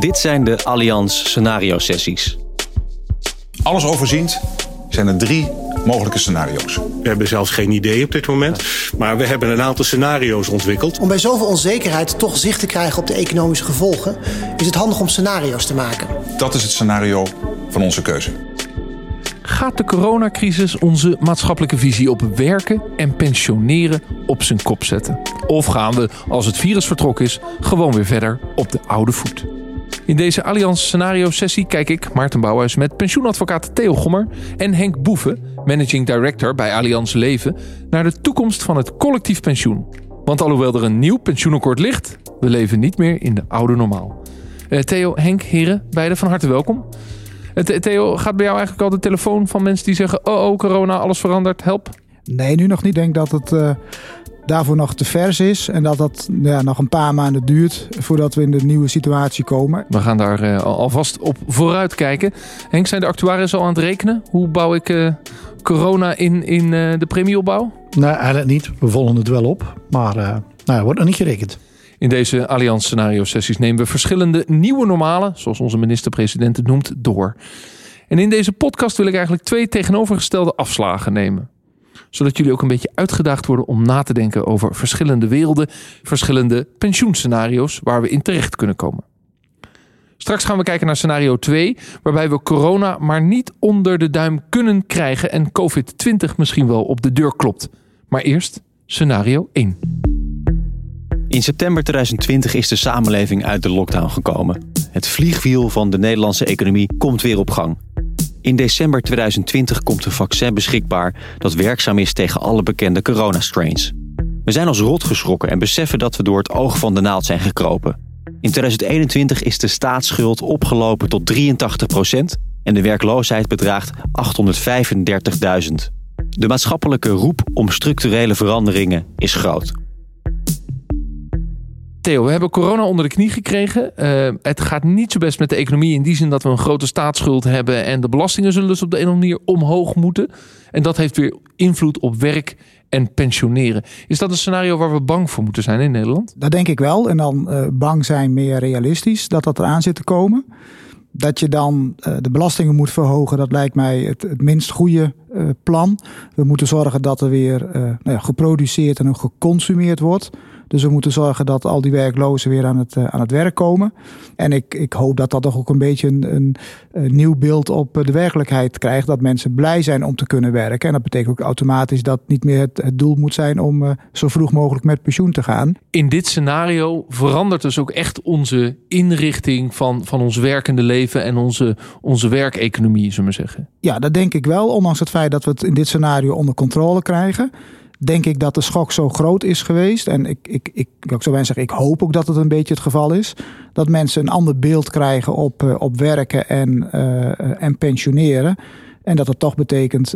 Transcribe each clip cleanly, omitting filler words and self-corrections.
Dit zijn de Allianz scenario-sessies. Alles overziend zijn er 3 mogelijke scenario's. We hebben zelfs geen idee op dit moment, maar we hebben een aantal scenario's ontwikkeld. Om bij zoveel onzekerheid toch zicht te krijgen op de economische gevolgen, is het handig om scenario's te maken. Dat is het scenario van onze keuze. Gaat de coronacrisis onze maatschappelijke visie op werken en pensioneren op zijn kop zetten? Of gaan we, als het virus vertrokken is, gewoon weer verder op de oude voet? In deze Allianz scenario-sessie kijk ik, Maarten Bouwhuis, met pensioenadvocaat Theo Gommer en Henk Boeven, managing director bij Allianz Leven, naar de toekomst van het collectief pensioen. Want alhoewel er een nieuw pensioenakkoord ligt, we leven niet meer in de oude normaal. Theo, Henk, heren, beiden van harte welkom. Theo, gaat bij jou eigenlijk al de telefoon van mensen die zeggen, oh, corona, alles verandert, help? Nee, nu nog niet. Ik denk dat het daarvoor nog te vers is. En dat dat nog een paar maanden duurt voordat we in de nieuwe situatie komen. We gaan daar alvast op vooruit kijken. Henk, zijn de actuariërs al aan het rekenen? Hoe bouw ik corona in de premieopbouw? Nee, eigenlijk niet. We volgen het wel op. Maar er wordt nog niet gerekend. In deze Allianz scenario-sessies nemen we verschillende nieuwe normalen, zoals onze minister-president het noemt, door. En in deze podcast wil ik eigenlijk 2 tegenovergestelde afslagen nemen. Zodat jullie ook een beetje uitgedaagd worden om na te denken over verschillende werelden, verschillende pensioenscenario's waar we in terecht kunnen komen. Straks gaan we kijken naar scenario 2, waarbij we corona maar niet onder de duim kunnen krijgen en COVID-20 misschien wel op de deur klopt. Maar eerst scenario 1. In september 2020 is de samenleving uit de lockdown gekomen. Het vliegwiel van de Nederlandse economie komt weer op gang. In december 2020 komt een vaccin beschikbaar dat werkzaam is tegen alle bekende coronastrains. We zijn als rot geschrokken en beseffen dat we door het oog van de naald zijn gekropen. In 2021 is de staatsschuld opgelopen tot 83% en de werkloosheid bedraagt 835.000. De maatschappelijke roep om structurele veranderingen is groot. Theo, we hebben corona onder de knie gekregen. Het gaat niet zo best met de economie in die zin dat we een grote staatsschuld hebben en de belastingen zullen dus op de een of andere manier omhoog moeten. En dat heeft weer invloed op werk en pensioneren. Is dat een scenario waar we bang voor moeten zijn in Nederland? Dat denk ik wel. En dan bang zijn meer realistisch dat eraan zit te komen. Dat je dan de belastingen moet verhogen, dat lijkt mij het minst goede plan. We moeten zorgen dat er weer geproduceerd en ook geconsumeerd wordt. Dus we moeten zorgen dat al die werklozen weer aan het werk komen. En ik hoop dat dat toch ook een beetje een nieuw beeld op de werkelijkheid krijgt. Dat mensen blij zijn om te kunnen werken. En dat betekent ook automatisch dat niet meer het doel moet zijn om zo vroeg mogelijk met pensioen te gaan. In dit scenario verandert dus ook echt onze inrichting van ons werkende leven en onze werkeconomie, zullen we zeggen. Ja, dat denk ik wel. Ondanks het feit dat we het in dit scenario onder controle krijgen, denk ik dat de schok zo groot is geweest. En ik zou bijna zeggen, ik hoop ook dat het een beetje het geval is. Dat mensen een ander beeld krijgen op werken en pensioneren. En dat het toch betekent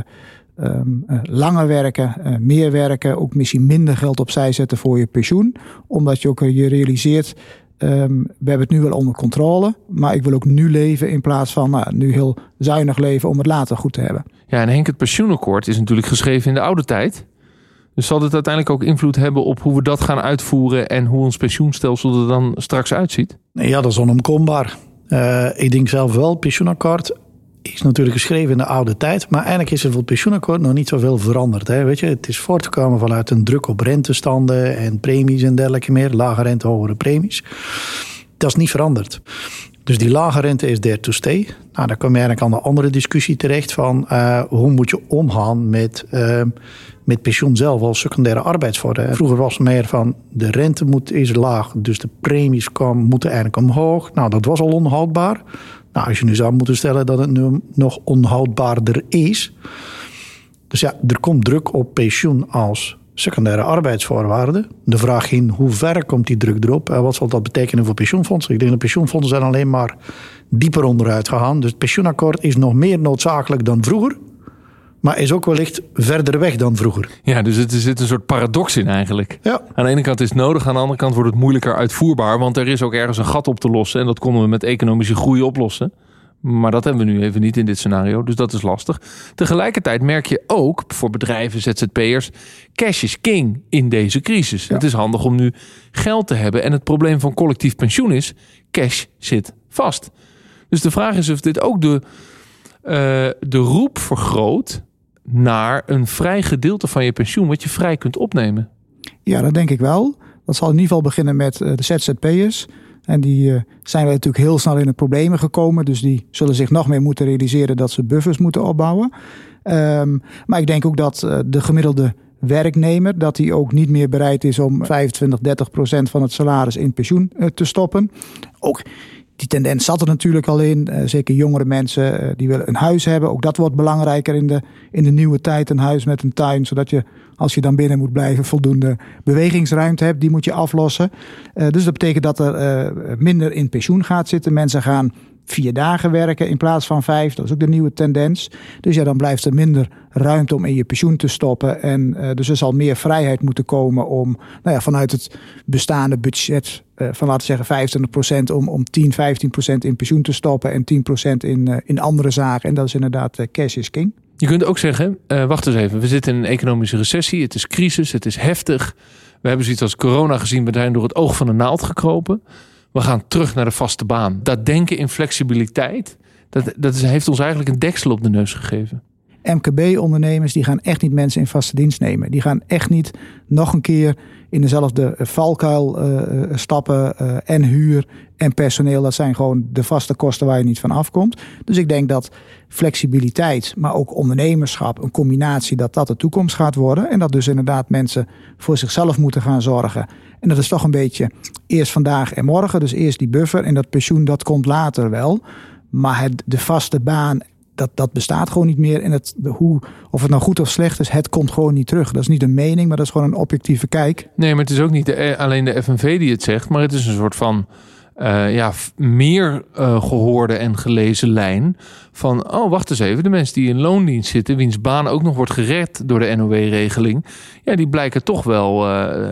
langer werken, meer werken. Ook misschien minder geld opzij zetten voor je pensioen. Omdat je ook je realiseert, we hebben het nu wel onder controle. Maar ik wil ook nu leven in plaats van nu heel zuinig leven om het later goed te hebben. Ja, en Henk, het pensioenakkoord is natuurlijk geschreven in de oude tijd. Dus zal dit uiteindelijk ook invloed hebben op hoe we dat gaan uitvoeren en hoe ons pensioenstelsel er dan straks uitziet? Ja, dat is onomkoombaar. Ik denk zelf wel, het pensioenakkoord is natuurlijk geschreven in de oude tijd. Maar eigenlijk is er voor het pensioenakkoord nog niet zoveel veranderd. Hè? Weet je, het is voortgekomen vanuit een druk op rentestanden en premies en dergelijke meer. Lage rente, hogere premies. Dat is niet veranderd. Dus die lage rente is there to stay. Nou, dan kom je eigenlijk aan de andere discussie terecht van hoe moet je omgaan met pensioen zelf als secundaire arbeidsvorm. Vroeger was het meer van de rente is laag, dus de premies moeten eigenlijk omhoog. Nou, dat was al onhoudbaar. Nou, als je nu zou moeten stellen dat het nu nog onhoudbaarder is. Dus ja, er komt druk op pensioen als secundaire arbeidsvoorwaarden. De vraag in hoe ver komt die druk erop? Wat zal dat betekenen voor pensioenfondsen? Ik denk dat pensioenfondsen zijn alleen maar dieper onderuit gegaan. Dus het pensioenakkoord is nog meer noodzakelijk dan vroeger. Maar is ook wellicht verder weg dan vroeger. Ja, dus er zit een soort paradox in eigenlijk. Ja. Aan de ene kant is het nodig, aan de andere kant wordt het moeilijker uitvoerbaar. Want er is ook ergens een gat op te lossen. En dat konden we met economische groei oplossen. Maar dat hebben we nu even niet in dit scenario, dus dat is lastig. Tegelijkertijd merk je ook voor bedrijven, ZZP'ers, cash is king in deze crisis. Ja. Het is handig om nu geld te hebben. En het probleem van collectief pensioen is, cash zit vast. Dus de vraag is of dit ook de roep vergroot naar een vrij gedeelte van je pensioen wat je vrij kunt opnemen. Ja, dat denk ik wel. Dat zal in ieder geval beginnen met de ZZP'ers. En die zijn we natuurlijk heel snel in de problemen gekomen. Dus die zullen zich nog meer moeten realiseren dat ze buffers moeten opbouwen. Maar ik denk ook dat de gemiddelde werknemer, dat hij ook niet meer bereid is om 25-30% van het salaris in pensioen te stoppen. Ook die tendens zat er natuurlijk al in. Zeker jongere mensen die willen een huis hebben. Ook dat wordt belangrijker in de nieuwe tijd. Een huis met een tuin, zodat je, als je dan binnen moet blijven, voldoende bewegingsruimte hebt. Die moet je aflossen. Dus dat betekent dat er minder in pensioen gaat zitten. Mensen gaan 4 dagen werken in plaats van 5. Dat is ook de nieuwe tendens. Dus ja, dan blijft er minder ruimte om in je pensioen te stoppen. En dus er zal meer vrijheid moeten komen om vanuit het bestaande budget van laten we zeggen 25% om 10-15% in pensioen te stoppen en 10% in andere zaken. En dat is inderdaad cash is king. Je kunt ook zeggen, wacht eens even, we zitten in een economische recessie. Het is crisis, het is heftig. We hebben zoiets als corona gezien, we zijn door het oog van de naald gekropen. We gaan terug naar de vaste baan. Dat denken in flexibiliteit, dat heeft ons eigenlijk een deksel op de neus gegeven. MKB-ondernemers die gaan echt niet mensen in vaste dienst nemen. Die gaan echt niet nog een keer in dezelfde valkuil stappen. En huur en personeel, dat zijn gewoon de vaste kosten waar je niet van afkomt. Dus ik denk dat flexibiliteit, maar ook ondernemerschap, een combinatie, dat de toekomst gaat worden. En dat dus inderdaad mensen voor zichzelf moeten gaan zorgen. En dat is toch een beetje eerst vandaag en morgen. Dus eerst die buffer en dat pensioen, dat komt later wel. Maar de vaste baan, dat bestaat gewoon niet meer. En of het nou goed of slecht is, het komt gewoon niet terug. Dat is niet een mening, maar dat is gewoon een objectieve kijk. Nee, maar het is ook niet alleen de FNV die het zegt, maar het is een soort van meer gehoorde en gelezen lijn van, wacht eens even, de mensen die in loondienst zitten, wiens baan ook nog wordt gered door de NOW-regeling, ja, die blijken toch wel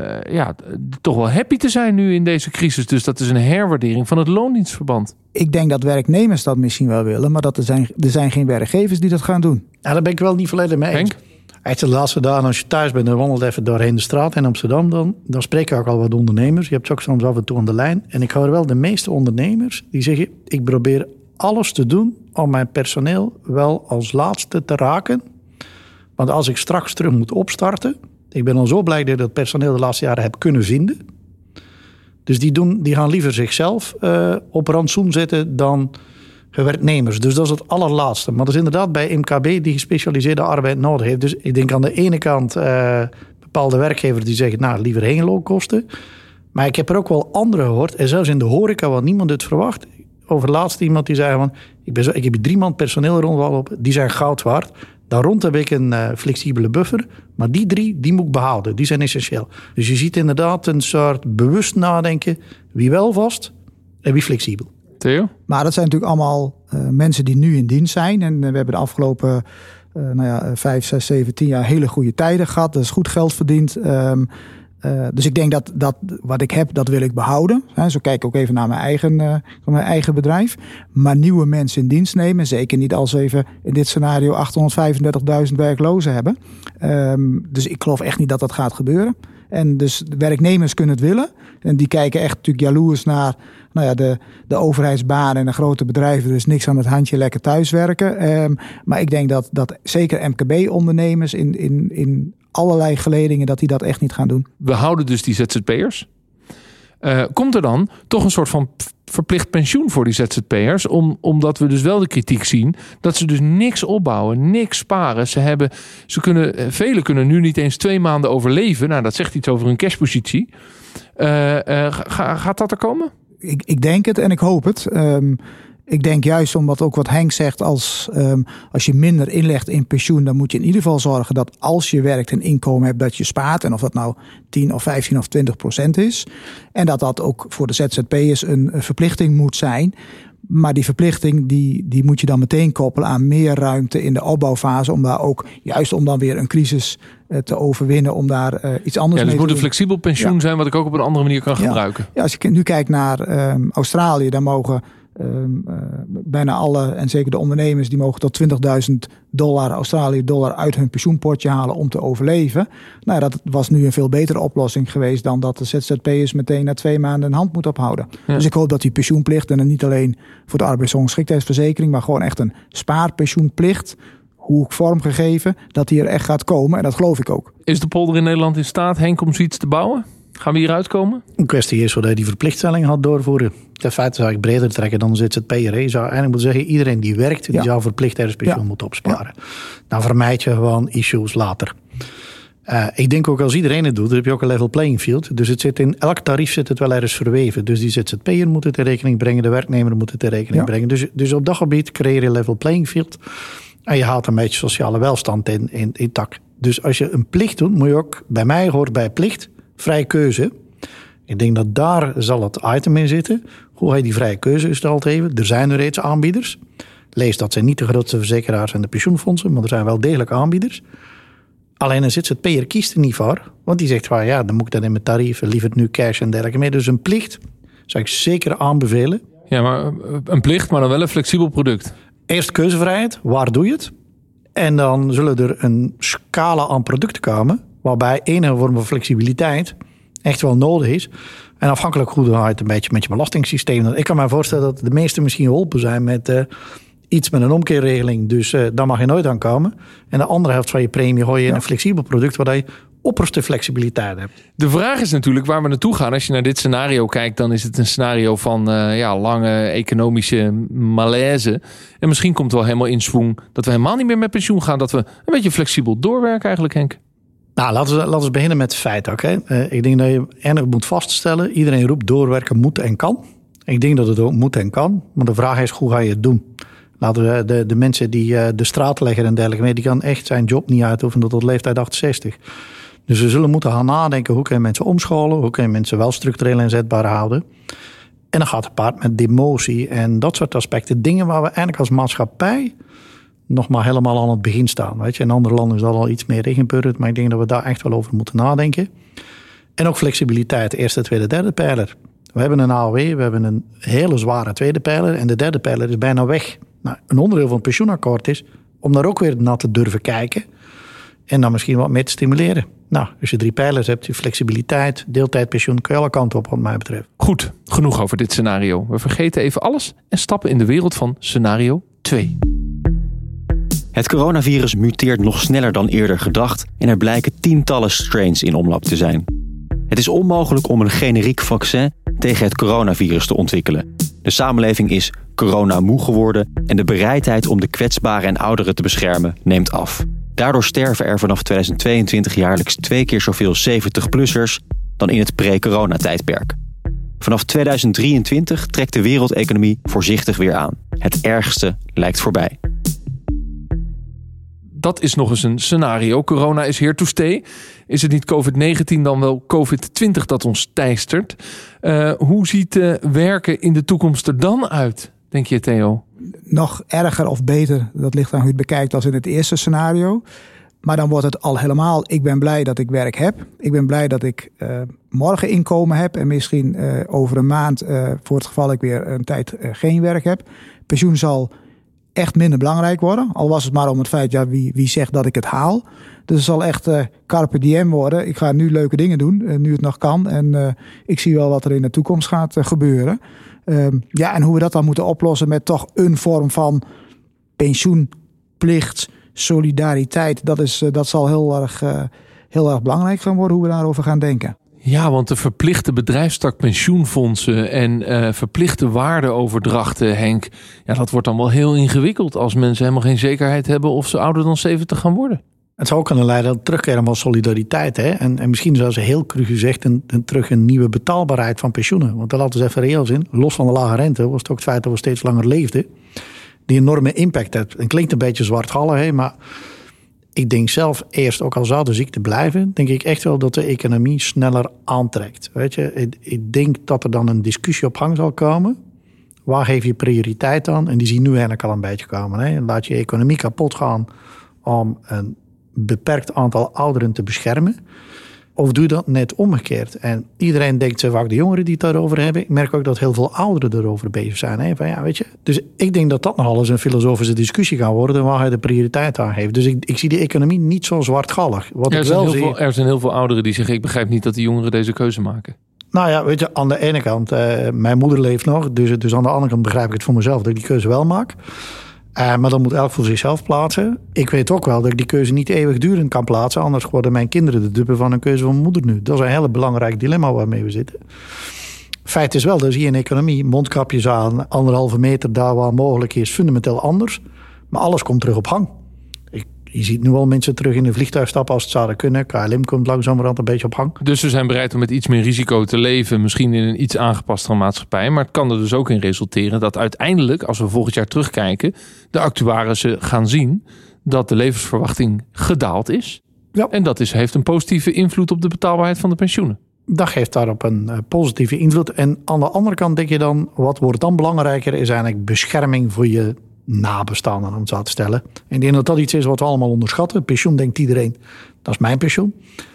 happy te zijn nu in deze crisis. Dus dat is een herwaardering van het loondienstverband. Ik denk dat werknemers dat misschien wel willen, maar er zijn geen werkgevers die dat gaan doen. Ja, daar ben ik wel niet volledig mee eens. Echt de laatste dagen, als je thuis bent en wandelt even doorheen de straat in Amsterdam, dan spreek je ook al wat ondernemers. Je hebt ze ook soms af en toe aan de lijn. En ik hoor wel de meeste ondernemers die zeggen, ik probeer alles te doen om mijn personeel wel als laatste te raken. Want als ik straks terug moet opstarten, ik ben al zo blij dat ik dat personeel de laatste jaren heb kunnen vinden. Dus die gaan liever zichzelf op rantsoen zetten dan werknemers. Dus dat is het allerlaatste. Maar dat is inderdaad bij MKB die gespecialiseerde arbeid nodig heeft. Dus ik denk aan de ene kant bepaalde werkgevers die zeggen, liever geen loonkosten. Maar ik heb er ook wel andere gehoord. En zelfs in de horeca, wat niemand het verwacht. Over laatst iemand die zei van, ik heb 3 man personeel rondlopen, die zijn goud waard. Daar rond heb ik een flexibele buffer. Maar die 3, die moet ik behouden. Die zijn essentieel. Dus je ziet inderdaad een soort bewust nadenken. Wie wel vast en wie flexibel. Theo? Maar dat zijn natuurlijk allemaal mensen die nu in dienst zijn. En we hebben de afgelopen 5, 6, 7, 10 jaar hele goede tijden gehad. Dat is goed geld verdiend. Dus ik denk dat wat ik heb, dat wil ik behouden. Zo kijk ik ook even naar mijn eigen bedrijf. Maar nieuwe mensen in dienst nemen. Zeker niet als we even in dit scenario 835.000 werklozen hebben. Dus ik geloof echt niet dat dat gaat gebeuren. En dus de werknemers kunnen het willen. En die kijken echt natuurlijk jaloers naar de overheidsbanen en de grote bedrijven. Dus niks aan het handje, lekker thuiswerken. Maar ik denk dat zeker MKB-ondernemers in allerlei geledingen, dat die dat echt niet gaan doen. We houden dus die ZZP'ers. Komt er dan toch een soort van verplicht pensioen voor die ZZP'ers? Omdat we dus wel de kritiek zien dat ze dus niks opbouwen, niks sparen. Velen kunnen nu niet eens 2 maanden overleven. Nou, dat zegt iets over hun cashpositie. Gaat dat er komen? Ik denk het en ik hoop het. Ik denk juist omdat ook wat Henk zegt, als je minder inlegt in pensioen, dan moet je in ieder geval zorgen dat als je werkt en inkomen hebt, dat je spaart. En of dat nou 10 of 15 of 20% is. En dat ook voor de ZZP'ers een verplichting moet zijn. Maar die verplichting die moet je dan meteen koppelen aan meer ruimte in de opbouwfase. Om daar ook, juist om dan weer een crisis te overwinnen, om daar iets anders mee te doen. Dus het moet een flexibel pensioen zijn wat ik ook op een andere manier kan gebruiken. Ja, als je nu kijkt naar Australië, dan mogen Bijna alle, en zeker de ondernemers, die mogen tot $20.000 Australië dollar uit hun pensioenpotje halen om te overleven. Nou, dat was nu een veel betere oplossing geweest dan dat de ZZP'ers meteen na 2 maanden een hand moet ophouden. Ja. Dus ik hoop dat die pensioenplicht, en dan niet alleen voor de arbeidsongeschiktheidsverzekering, maar gewoon echt een spaarpensioenplicht, hoe ook vormgegeven, dat die er echt gaat komen. En dat geloof ik ook. Is de polder in Nederland in staat, Henk, om zoiets te bouwen? Gaan we hieruit komen? Een kwestie is dat je die verplichtstelling had doorvoeren. De feite zou ik breder trekken dan ZZP'er. Je zou eigenlijk moeten zeggen, iedereen die werkt, die zou verplicht herfstpensioen moeten opsparen. Ja. Dan vermijd je gewoon issues later. Ik denk ook als iedereen het doet, dan heb je ook een level playing field. Dus het zit in elk tarief zit het wel ergens verweven. Dus die ZZP'er moet het in rekening brengen, de werknemer moet het in rekening brengen. Dus op dat gebied creëer je level playing field. En je haalt een beetje sociale welstand in tak. Dus als je een plicht doet, moet je ook, bij mij hoort bij plicht, vrije keuze. Ik denk dat daar zal het item in zitten. Hoe hij die vrije keuze gesteld heeft. Er zijn er reeds aanbieders. Lees, dat zijn niet de grootste verzekeraars en de pensioenfondsen, maar er zijn wel degelijk aanbieders. Alleen een ZZP'er kiest er niet voor. Want die zegt, dan moet ik dat in mijn tarieven, liever nu cash en dergelijke mee. Dus een plicht zou ik zeker aanbevelen. Ja, maar een plicht, maar dan wel een flexibel product. Eerst keuzevrijheid, waar doe je het? En dan zullen er een scala aan producten komen, waarbij enige vorm van flexibiliteit echt wel nodig is. En afhankelijk hoe je het een beetje met je belastingssysteem. Ik kan me voorstellen dat de meesten misschien geholpen zijn met iets met een omkeerregeling. Dus daar mag je nooit aan komen. En de andere helft van je premie gooi je in een flexibel product waar je opperste flexibiliteit hebt. De vraag is natuurlijk waar we naartoe gaan. Als je naar dit scenario kijkt, dan is het een scenario van lange economische malaise. En misschien komt het wel helemaal in swing dat we helemaal niet meer met pensioen gaan. Dat we een beetje flexibel doorwerken eigenlijk, Henk. Nou, laten we beginnen met het feit ook. Ik denk dat je erg moet vaststellen. Iedereen roept doorwerken moet en kan. Ik denk dat het ook moet en kan. Maar de vraag is, hoe ga je het doen? Laten we de mensen die de straatlegger en dergelijke, die kan echt zijn job niet uitoefenen tot leeftijd 68. Dus we zullen moeten gaan nadenken, hoe kun je mensen omscholen? Hoe kun je mensen wel structureel inzetbaar houden? En dan gaat het paard met demotie en dat soort aspecten. Dingen waar we eigenlijk als maatschappij nog maar helemaal aan het begin staan. Weet je? In andere landen is dat al iets meer ingeburgerd, maar ik denk dat we daar echt wel over moeten nadenken. En ook flexibiliteit, eerste, tweede, derde pijler. We hebben een AOW, we hebben een hele zware tweede pijler en de derde pijler is bijna weg. Nou, een onderdeel van het pensioenakkoord is om daar ook weer naar te durven kijken en dan misschien wat mee te stimuleren. Nou, als je 3 pijlers hebt, je flexibiliteit, deeltijdpensioen, kun je alle kanten op wat mij betreft. Goed, genoeg over dit scenario. We vergeten even alles en stappen in de wereld van scenario 2. Het coronavirus muteert nog sneller dan eerder gedacht en er blijken tientallen strains in omloop te zijn. Het is onmogelijk om een generiek vaccin tegen het coronavirus te ontwikkelen. De samenleving is coronamoe geworden en de bereidheid om de kwetsbaren en ouderen te beschermen neemt af. Daardoor sterven er vanaf 2022 jaarlijks 2 keer zoveel 70-plussers dan in het pre-coronatijdperk. Vanaf 2023 trekt de wereldeconomie voorzichtig weer aan. Het ergste lijkt voorbij. Dat is nog eens een scenario. Corona is here to stay. Is het niet COVID-19 dan wel COVID-20 dat ons teistert? Hoe ziet werken in de toekomst er dan uit, denk je, Theo? Nog erger of beter, dat ligt aan hoe je het bekijkt, als in het eerste scenario. Maar dan wordt het al helemaal, ik ben blij dat ik werk heb. Ik ben blij dat ik morgen inkomen heb en misschien over een maand, voor het geval ik weer een tijd geen werk heb. Pensioen zal echt minder belangrijk worden. Al was het maar om het feit, wie zegt dat ik het haal. Dus het zal echt carpe diem worden. Ik ga nu leuke dingen doen, nu het nog kan. En ik zie wel wat er in de toekomst gaat gebeuren. En hoe we dat dan moeten oplossen met toch een vorm van pensioenplicht, solidariteit. Dat zal heel erg belangrijk gaan worden, hoe we daarover gaan denken. Ja, want de verplichte bedrijfstak pensioenfondsen en verplichte waardeoverdrachten, Henk, dat wordt dan wel heel ingewikkeld als mensen helemaal geen zekerheid hebben of ze ouder dan 70 gaan worden. Het zou ook kunnen leiden tot terugkeren van solidariteit. Hè? En misschien zoals heel cru gezegd terug een nieuwe betaalbaarheid van pensioenen. Want laten we even reëel zijn. Los van de lage rente was het ook het feit dat we steeds langer leefden. Die enorme impact heeft. Het klinkt een beetje zwartgallig, maar ik denk zelf eerst, ook al zou de ziekte blijven, denk ik echt wel dat de economie sneller aantrekt. Weet je, ik denk dat er dan een discussie op gang zal komen. Waar geef je prioriteit aan? En die zie je nu eigenlijk al een beetje komen. Hè? Laat je economie kapot gaan om een beperkt aantal ouderen te beschermen. Of doe je dat net omgekeerd? En iedereen denkt zo vaak de jongeren die het daarover hebben. Ik merk ook dat heel veel ouderen erover bezig zijn. Hè? Van, ja, weet je? Dus ik denk dat nogal eens een filosofische discussie gaat worden waar hij de prioriteit aan heeft. Dus ik zie de economie niet zo zwartgallig. Er zijn heel veel ouderen die zeggen, ik begrijp niet dat die jongeren deze keuze maken. Nou ja, weet je, aan de ene kant, mijn moeder leeft nog. Dus aan de andere kant begrijp ik het voor mezelf dat ik die keuze wel maak. Maar dan moet elk voor zichzelf plaatsen. Ik weet ook wel dat ik die keuze niet eeuwigdurend kan plaatsen. Anders worden mijn kinderen de dupe van een keuze van mijn moeder nu. Dat is een heel belangrijk dilemma waarmee we zitten. Feit is wel, dat zie je in economie. Mondkapjes aan, 1,5 meter daar waar mogelijk is, fundamenteel anders. Maar alles komt terug op gang. Je ziet nu al mensen terug in een vliegtuig stappen als het zouden kunnen. KLM komt langzamerhand een beetje op gang. Dus we zijn bereid om met iets meer risico te leven. Misschien in een iets aangepastere maatschappij. Maar het kan er dus ook in resulteren dat uiteindelijk, als we volgend jaar terugkijken, de actuarissen gaan zien dat de levensverwachting gedaald is. Ja. En dat heeft een positieve invloed op de betaalbaarheid van de pensioenen. Dat geeft daarop een positieve invloed. En aan de andere kant denk je dan, wat wordt dan belangrijker, is eigenlijk bescherming voor je nabestaanden, om het zo te stellen. En ik denk dat iets is wat we allemaal onderschatten. Pensioen denkt iedereen, dat is mijn pensioen.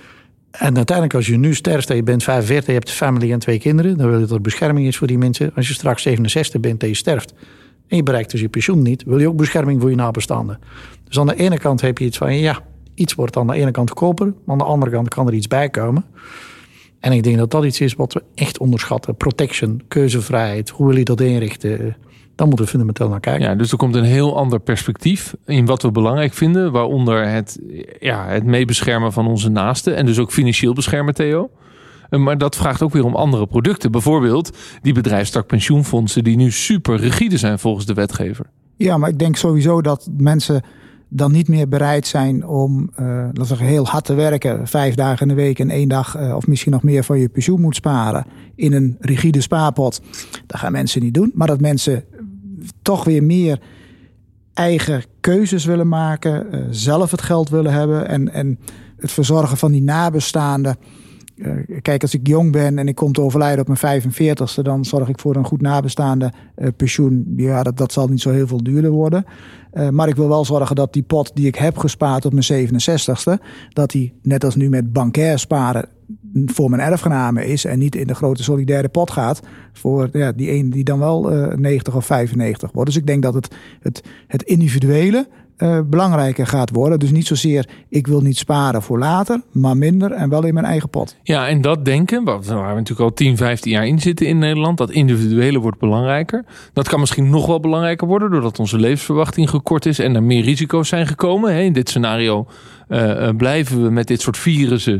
En uiteindelijk als je nu sterft en je bent 45, je hebt een family en 2 kinderen, dan wil je dat er bescherming is voor die mensen. Als je straks 67 bent en je sterft en je bereikt dus je pensioen niet, wil je ook bescherming voor je nabestaanden. Dus aan de ene kant heb je iets van, ja, iets wordt aan de ene kant goedkoper, maar aan de andere kant kan er iets bij komen. En ik denk dat dat iets is wat we echt onderschatten. Protection, keuzevrijheid, hoe wil je dat inrichten? Dan moeten we fundamenteel naar kijken. Ja, dus er komt een heel ander perspectief in wat we belangrijk vinden. Waaronder het meebeschermen van onze naasten. En dus ook financieel beschermen, Theo. Maar dat vraagt ook weer om andere producten. Bijvoorbeeld die bedrijfstak pensioenfondsen die nu super rigide zijn volgens de wetgever. Ja, maar ik denk sowieso dat mensen dan niet meer bereid zijn om laten we zeggen, heel hard te werken. 5 dagen in de week en 1 dag of misschien nog meer van je pensioen moet sparen in een rigide spaarpot. Dat gaan mensen niet doen. Maar dat mensen toch weer meer eigen keuzes willen maken. Zelf het geld willen hebben. En het verzorgen van die nabestaanden. Kijk, als ik jong ben en ik kom te overlijden op mijn 45ste... dan zorg ik voor een goed nabestaande pensioen. Ja, dat zal niet zo heel veel duurder worden. Maar ik wil wel zorgen dat die pot die ik heb gespaard op mijn 67ste... dat die, net als nu met bankair sparen, voor mijn erfgenamen is... en niet in de grote solidaire pot gaat... voor die ene die dan wel 90 of 95 wordt. Dus ik denk dat het individuele belangrijker gaat worden. Dus niet zozeer, ik wil niet sparen voor later... maar minder en wel in mijn eigen pot. Ja, en dat denken, waar we natuurlijk al 10, 15 jaar in zitten in Nederland... dat individuele wordt belangrijker. Dat kan misschien nog wel belangrijker worden... doordat onze levensverwachting gekort is... en er meer risico's zijn gekomen. In dit scenario blijven we met dit soort virussen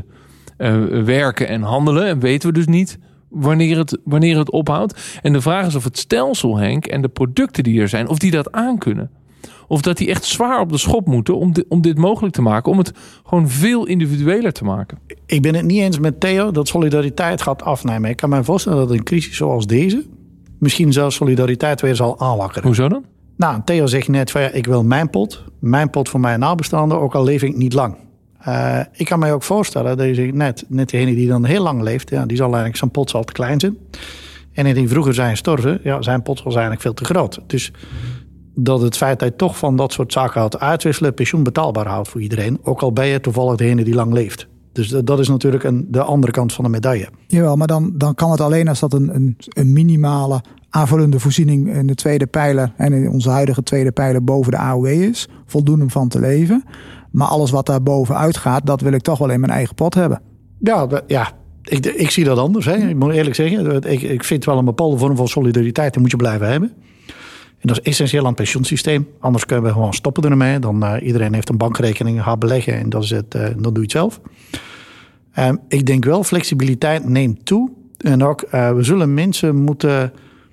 werken en handelen... en weten we dus niet wanneer het ophoudt. En de vraag is of het stelsel, Henk, en de producten die er zijn... of die dat aankunnen. Of dat die echt zwaar op de schop moeten om dit mogelijk te maken. Om het gewoon veel individueler te maken. Ik ben het niet eens met Theo dat solidariteit gaat afnemen. Ik kan me voorstellen dat een crisis zoals deze... misschien zelfs solidariteit weer zal aanwakkeren. Hoezo dan? Nou, Theo zegt net van ik wil mijn pot voor mijn nabestaanden... ook al leef ik niet lang. Ik kan mij ook voorstellen dat je zegt net degene die dan heel lang leeft... Ja, die zal eigenlijk zijn pot zal te klein zijn. En die vroeger zijn gestorven, ja, zijn pot was eigenlijk veel te groot. Dus... dat het feit dat je toch van dat soort zaken gaat uitwisselen... pensioen betaalbaar houdt voor iedereen. Ook al ben je toevallig degene die lang leeft. Dus dat is natuurlijk de andere kant van de medaille. Jawel, maar dan kan het alleen als dat een minimale aanvullende voorziening... in de tweede pijler en in onze huidige tweede pijler boven de AOW is. Voldoende om van te leven. Maar alles wat daar bovenuit gaat, dat wil ik toch wel in mijn eigen pot hebben. Ja. Ik zie dat anders. Hè. Ik moet eerlijk zeggen, ik vind wel een bepaalde vorm van solidariteit... die moet je blijven hebben. En dat is essentieel aan het pensioensysteem. Anders kunnen we gewoon stoppen ermee. Dan iedereen heeft een bankrekening, gaat beleggen en dat is het, dan doe je het zelf. Ik denk wel, flexibiliteit neemt toe. En ook, we zullen mensen moeten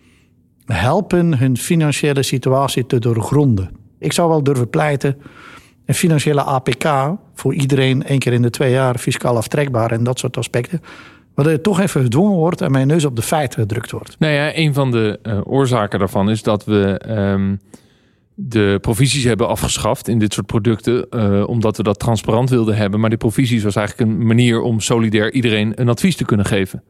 helpen hun financiële situatie te doorgronden. Ik zou wel durven pleiten, een financiële APK... voor iedereen 1 keer in de 2 jaar fiscaal aftrekbaar en dat soort aspecten... maar dat je toch even gedwongen wordt en mijn neus op de feiten gedrukt wordt. Nou ja, een van de oorzaken daarvan is dat we de provisies hebben afgeschaft in dit soort producten. Omdat we dat transparant wilden hebben. Maar die provisies was eigenlijk een manier om solidair iedereen een advies te kunnen geven.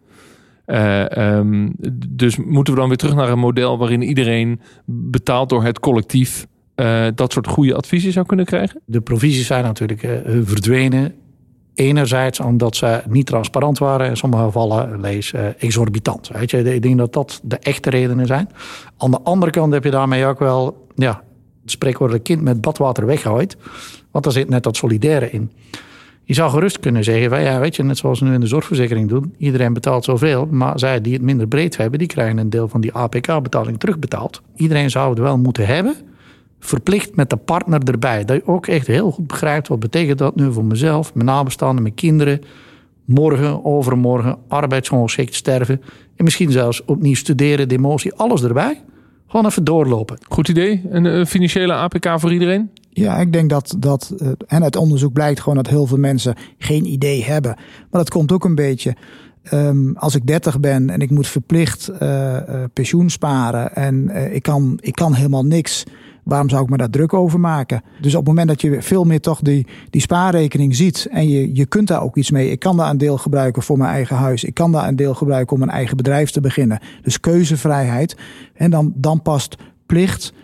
Dus moeten we dan weer terug naar een model waarin iedereen betaald door het collectief dat soort goede adviezen zou kunnen krijgen? De provisies zijn natuurlijk verdwenen Enerzijds omdat ze niet transparant waren. In sommige gevallen lees exorbitant. Weet je? Ik denk dat dat de echte redenen zijn. Aan de andere kant heb je daarmee ook wel het spreekwoordelijk kind met badwater weggooit. Want daar zit net dat solidaire in. Je zou gerust kunnen zeggen van weet je, net zoals we nu in de zorgverzekering doen. Iedereen betaalt zoveel, maar zij die het minder breed hebben, die krijgen een deel van die APK-betaling terugbetaald. Iedereen zou het wel moeten hebben. Verplicht met de partner erbij. Dat je ook echt heel goed begrijpt wat betekent dat nu voor mezelf, mijn nabestaanden, mijn kinderen. Morgen, overmorgen, arbeidsongeschikt sterven. En misschien zelfs opnieuw studeren, demotie, alles erbij. Gewoon even doorlopen. Goed idee. Een financiële APK voor iedereen? Ja, ik denk dat en uit onderzoek blijkt gewoon dat heel veel mensen geen idee hebben. Maar dat komt ook een beetje als ik 30 ben en ik moet verplicht pensioen sparen en ik kan helemaal niks. Waarom zou ik me daar druk over maken? Dus op het moment dat je veel meer toch die spaarrekening ziet en je kunt daar ook iets mee. Ik kan daar een deel gebruiken voor mijn eigen huis. Ik kan daar een deel gebruiken om een eigen bedrijf te beginnen. Dus keuzevrijheid. En dan past plicht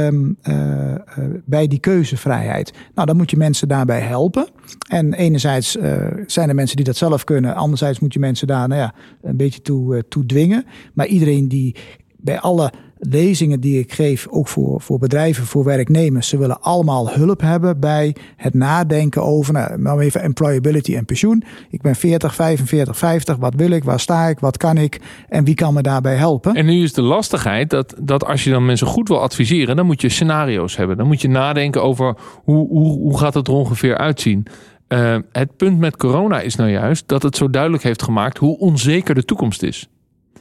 bij die keuzevrijheid. Nou, dan moet je mensen daarbij helpen. En enerzijds zijn er mensen die dat zelf kunnen. Anderzijds moet je mensen daar een beetje toe dwingen. Maar iedereen die bij alle lezingen die ik geef, ook voor bedrijven, voor werknemers, ze willen allemaal hulp hebben bij het nadenken over, nou even employability en pensioen. Ik ben 40, 45, 50, wat wil ik, waar sta ik, wat kan ik en wie kan me daarbij helpen? En nu is de lastigheid dat als je dan mensen goed wil adviseren, dan moet je scenario's hebben. Dan moet je nadenken over hoe gaat het er ongeveer uitzien. Het punt met corona is nou juist dat het zo duidelijk heeft gemaakt hoe onzeker de toekomst is.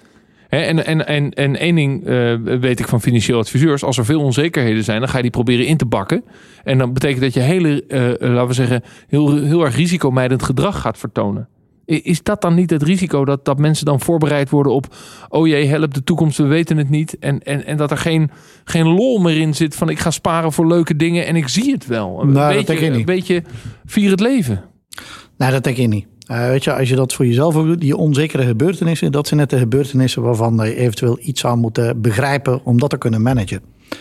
En één ding weet ik van financieel adviseurs. Als er veel onzekerheden zijn, dan ga je die proberen in te bakken. En dan betekent dat je laten we zeggen, heel erg risicomijdend gedrag gaat vertonen. Is dat dan niet het risico dat mensen dan voorbereid worden op, oh jee, help de toekomst, we weten het niet. En dat er geen lol meer in zit van ik ga sparen voor leuke dingen en ik zie het wel. Een beetje vier het leven. Nee, dat denk ik niet. Weet je, als je dat voor jezelf ook doet, die onzekere gebeurtenissen, dat zijn net de gebeurtenissen waarvan je eventueel iets aan moet begrijpen om dat te kunnen managen.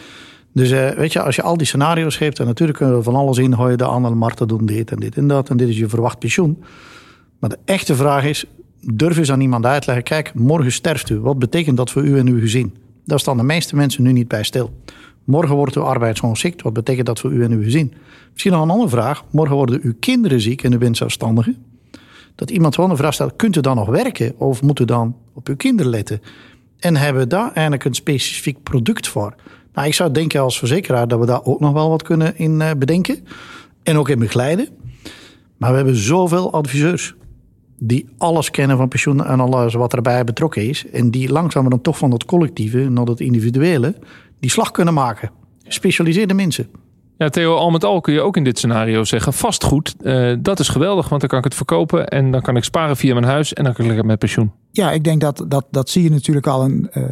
Dus weet je, als je al die scenario's geeft, en natuurlijk kunnen we van alles ingooien, de andere markten doen dit en dit en dat, en dit is je verwacht pensioen. Maar de echte vraag is, durf eens aan iemand uitleggen, kijk, morgen sterft u. Wat betekent dat voor u en uw gezin? Daar staan de meeste mensen nu niet bij stil. Morgen wordt uw arbeidsongeschikt. Wat betekent dat voor u en uw gezin? Misschien nog een andere vraag. Morgen worden uw kinderen ziek en u bent zelfstandige. Dat iemand gewoon een vraag stelt, kunt u dan nog werken? Of moet u dan op uw kinderen letten? En hebben we daar eigenlijk een specifiek product voor? Nou, ik zou denken als verzekeraar dat we daar ook nog wel wat kunnen in bedenken. En ook in begeleiden. Maar we hebben zoveel adviseurs die alles kennen van pensioen en alles wat erbij betrokken is. En die langzaam dan toch van dat collectieve naar dat individuele die slag kunnen maken. Gespecialiseerde mensen. Ja, Theo, al met al kun je ook in dit scenario zeggen, vastgoed, dat is geweldig, want dan kan ik het verkopen en dan kan ik sparen via mijn huis en dan kan ik lekker met pensioen. Ja, ik denk dat zie je natuurlijk al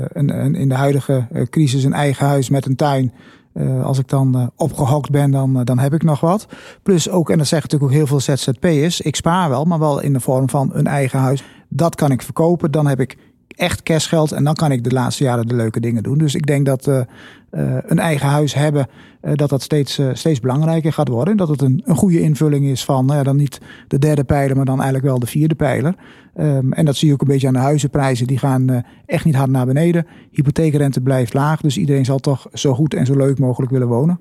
in de huidige crisis, een eigen huis met een tuin. Als ik dan opgehokt ben, dan heb ik nog wat. Plus ook, en dat zeggen natuurlijk ook heel veel ZZP'ers, ik spaar wel, maar wel in de vorm van een eigen huis. Dat kan ik verkopen, dan heb ik echt cashgeld en dan kan ik de laatste jaren de leuke dingen doen. Dus ik denk dat een eigen huis hebben, dat steeds belangrijker gaat worden. Dat het een goede invulling is van, dan niet de derde pijler, maar dan eigenlijk wel de vierde pijler. En dat zie je ook een beetje aan de huizenprijzen. Die gaan echt niet hard naar beneden. Hypotheekrente blijft laag, dus iedereen zal toch zo goed en zo leuk mogelijk willen wonen.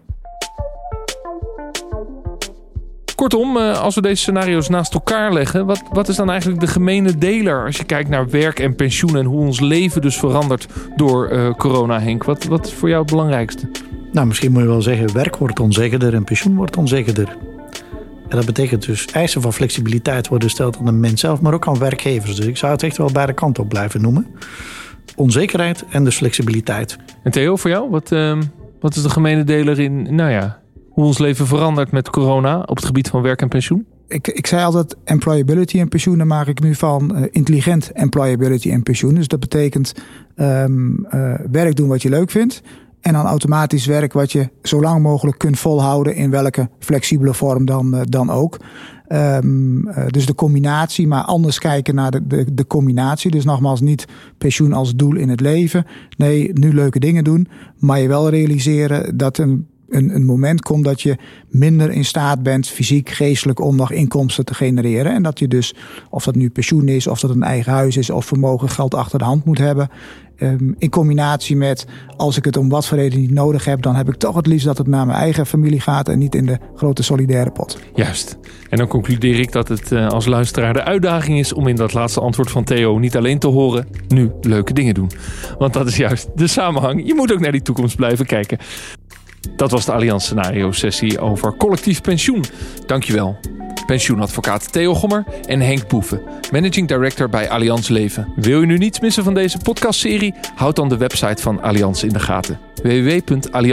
Kortom, als we deze scenario's naast elkaar leggen, wat is dan eigenlijk de gemene deler als je kijkt naar werk en pensioen en hoe ons leven dus verandert door corona, Henk? Wat is voor jou het belangrijkste? Nou, misschien moet je wel zeggen, werk wordt onzekerder en pensioen wordt onzekerder. En dat betekent dus eisen van flexibiliteit worden gesteld aan de mens zelf, maar ook aan werkgevers. Dus ik zou het echt wel beide kanten op blijven noemen. Onzekerheid en dus flexibiliteit. En Theo, voor jou? Wat is de gemene deler in, hoe ons leven verandert met corona op het gebied van werk en pensioen? Ik zei altijd employability en pensioen. Dan maak ik nu van intelligent employability en pensioen. Dus dat betekent werk doen wat je leuk vindt. En dan automatisch werk wat je zo lang mogelijk kunt volhouden. In welke flexibele vorm dan ook. Dus de combinatie, maar anders kijken naar de combinatie. Dus nogmaals niet pensioen als doel in het leven. Nee, nu leuke dingen doen. Maar je wel realiseren dat een moment komt dat je minder in staat bent, fysiek, geestelijk, om nog inkomsten te genereren. En dat je dus, of dat nu pensioen is, of dat een eigen huis is, of vermogen, geld achter de hand moet hebben. In combinatie met, als ik het om wat voor reden niet nodig heb, dan heb ik toch het liefst dat het naar mijn eigen familie gaat en niet in de grote solidaire pot. Juist. En dan concludeer ik dat het als luisteraar de uitdaging is om in dat laatste antwoord van Theo niet alleen te horen, nu leuke dingen doen. Want dat is juist de samenhang. Je moet ook naar die toekomst blijven kijken. Dat was de Allianz Scenario sessie over collectief pensioen. Dankjewel. Pensioenadvocaat Theo Gommer en Henk Boeven, Managing Director bij Allianz Leven. Wil je nu niets missen van deze podcastserie? Houd dan de website van Allianz in de gaten.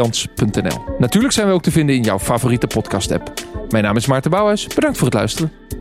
www.allianz.nl. Natuurlijk zijn we ook te vinden in jouw favoriete podcast-app. Mijn naam is Maarten Bouwhuis. Bedankt voor het luisteren.